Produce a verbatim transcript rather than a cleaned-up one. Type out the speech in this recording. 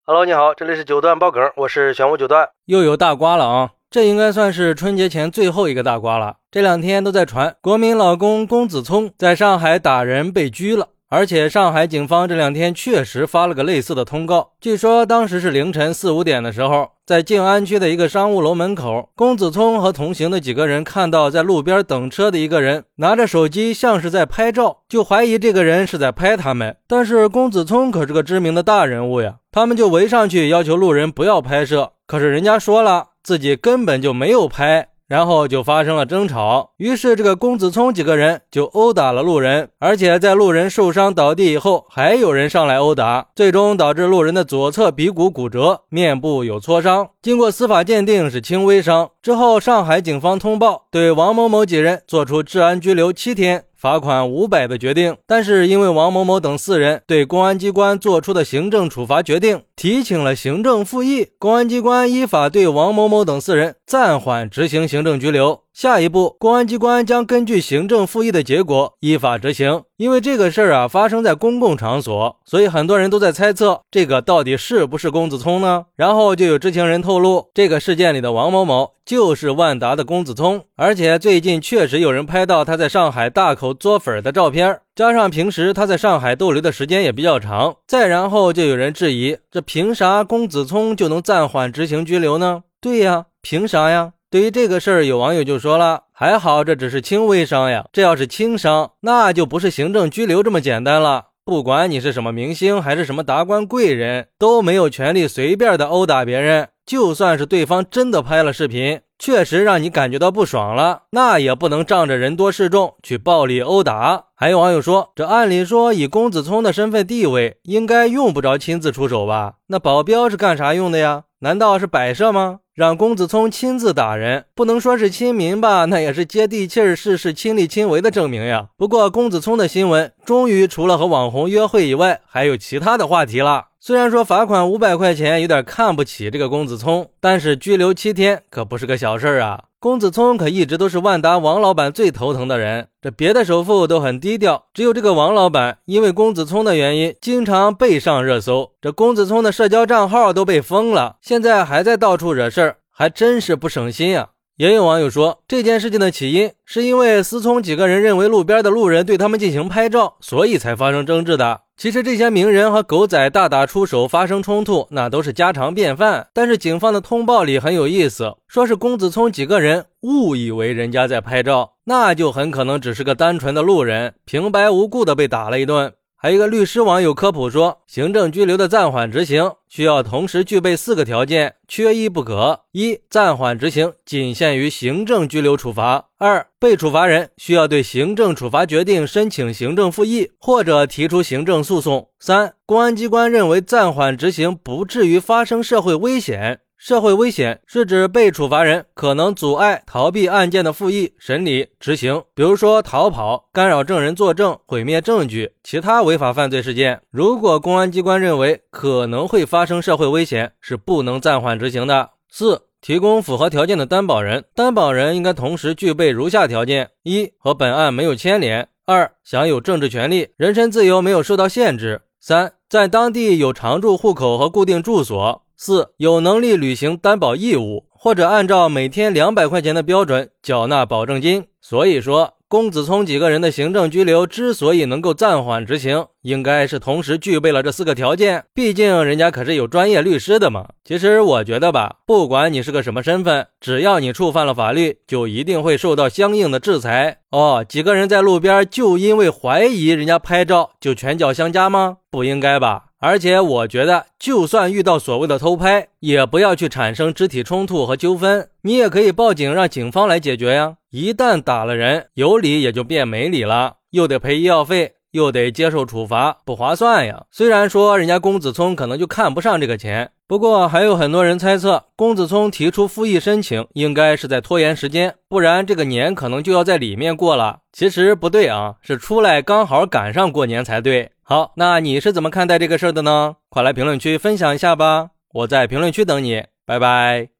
Hello， 你好，这里是九段爆梗，我是玄武九段。 又有大瓜了啊！这应该算是春节前最后一个大瓜了。这两天都在传国民老公龚子聪在上海打人被拘了，而且上海警方这两天确实发了个类似的通告。据说当时是凌晨四五点的时候，在静安区的一个商务楼门口，龚子聪和同行的几个人看到在路边等车的一个人拿着手机像是在拍照，就怀疑这个人是在拍他们。但是龚子聪可是个知名的大人物呀，他们就围上去要求路人不要拍摄，可是人家说了自己根本就没有拍，然后就发生了争吵。于是这个龚子聪几个人就殴打了路人，而且在路人受伤倒地以后，还有人上来殴打，最终导致路人的左侧鼻骨骨折，面部有挫伤，经过司法鉴定是轻微伤。之后上海警方通报，对王某某几人做出治安拘留七天，罚款五百的决定。但是因为王某某等四人对公安机关做出的行政处罚决定提请了行政复议，公安机关依法对王某某等四人暂缓执行行政拘留。下一步，公安机关将根据行政复议的结果依法执行。因为这个事儿啊发生在公共场所，所以很多人都在猜测这个到底是不是龚子聪呢？然后就有知情人透露，这个事件里的王某某就是万达的龚子聪，而且最近确实有人拍到他在上海大口嘬粉的照片，加上平时他在上海逗留的时间也比较长，再然后就有人质疑，这凭啥龚子聪就能暂缓执行拘留呢？对呀，凭啥呀？对于这个事儿，有网友就说了，还好这只是轻微伤呀，这要是轻伤，那就不是行政拘留这么简单了。不管你是什么明星还是什么达官贵人，都没有权利随便的殴打别人。就算是对方真的拍了视频，确实让你感觉到不爽了，那也不能仗着人多势众去暴力殴打。还有网友说，这按理说以龚子聪的身份地位，应该用不着亲自出手吧？那保镖是干啥用的呀？难道是摆设吗？让龚子聪亲自打人，不能说是亲民吧，那也是接地气儿、事事亲力亲为的证明呀。不过龚子聪的新闻终于除了和网红约会以外，还有其他的话题了。虽然说罚款五百块钱有点看不起这个龚子聪，但是拘留七天可不是个小事儿啊。龚子聪可一直都是万达王老板最头疼的人，这别的首富都很低调，只有这个王老板因为龚子聪的原因经常被上热搜，这龚子聪的社交账号都被封了，现在还在到处惹事儿，还真是不省心啊。也有网友说，这件事情的起因是因为思聪几个人认为路边的路人对他们进行拍照，所以才发生争执的。其实这些名人和狗仔大打出手发生冲突，那都是家常便饭。但是警方的通报里很有意思，说是龚子聪几个人误以为人家在拍照，那就很可能只是个单纯的路人，平白无故的被打了一顿。还有一个律师网友科普说，行政拘留的暂缓执行需要同时具备四个条件，缺一不可。一、暂缓执行仅限于行政拘留处罚。二、被处罚人需要对行政处罚决定申请行政复议或者提出行政诉讼。三、公安机关认为暂缓执行不至于发生社会危险。社会危险是指被处罚人可能阻碍逃避案件的复议、审理、执行，比如说逃跑、干扰证人作证、毁灭证据、其他违法犯罪事件。如果公安机关认为可能会发生社会危险，是不能暂缓执行的。四、提供符合条件的担保人，担保人应该同时具备如下条件：一、和本案没有牵连；二、享有政治权利，人身自由没有受到限制；三、在当地有常住户口和固定住所；四、有能力履行担保义务，或者按照每天两百块钱的标准缴纳保证金。所以说，龚子聪几个人的行政拘留之所以能够暂缓执行，应该是同时具备了这四个条件，毕竟人家可是有专业律师的嘛。其实我觉得吧，不管你是个什么身份，只要你触犯了法律，就一定会受到相应的制裁。哦，几个人在路边就因为怀疑人家拍照就拳脚相加吗？不应该吧。而且我觉得，就算遇到所谓的偷拍，也不要去产生肢体冲突和纠纷，你也可以报警让警方来解决呀。一旦打了人，有理也就变没理了，又得赔医药费，又得接受处罚，不划算呀。虽然说人家龚子聪可能就看不上这个钱，不过还有很多人猜测，龚子聪提出复议申请应该是在拖延时间，不然这个年可能就要在里面过了。其实不对啊，是出来刚好赶上过年才对。好，那你是怎么看待这个事儿的呢？快来评论区分享一下吧，我在评论区等你，拜拜。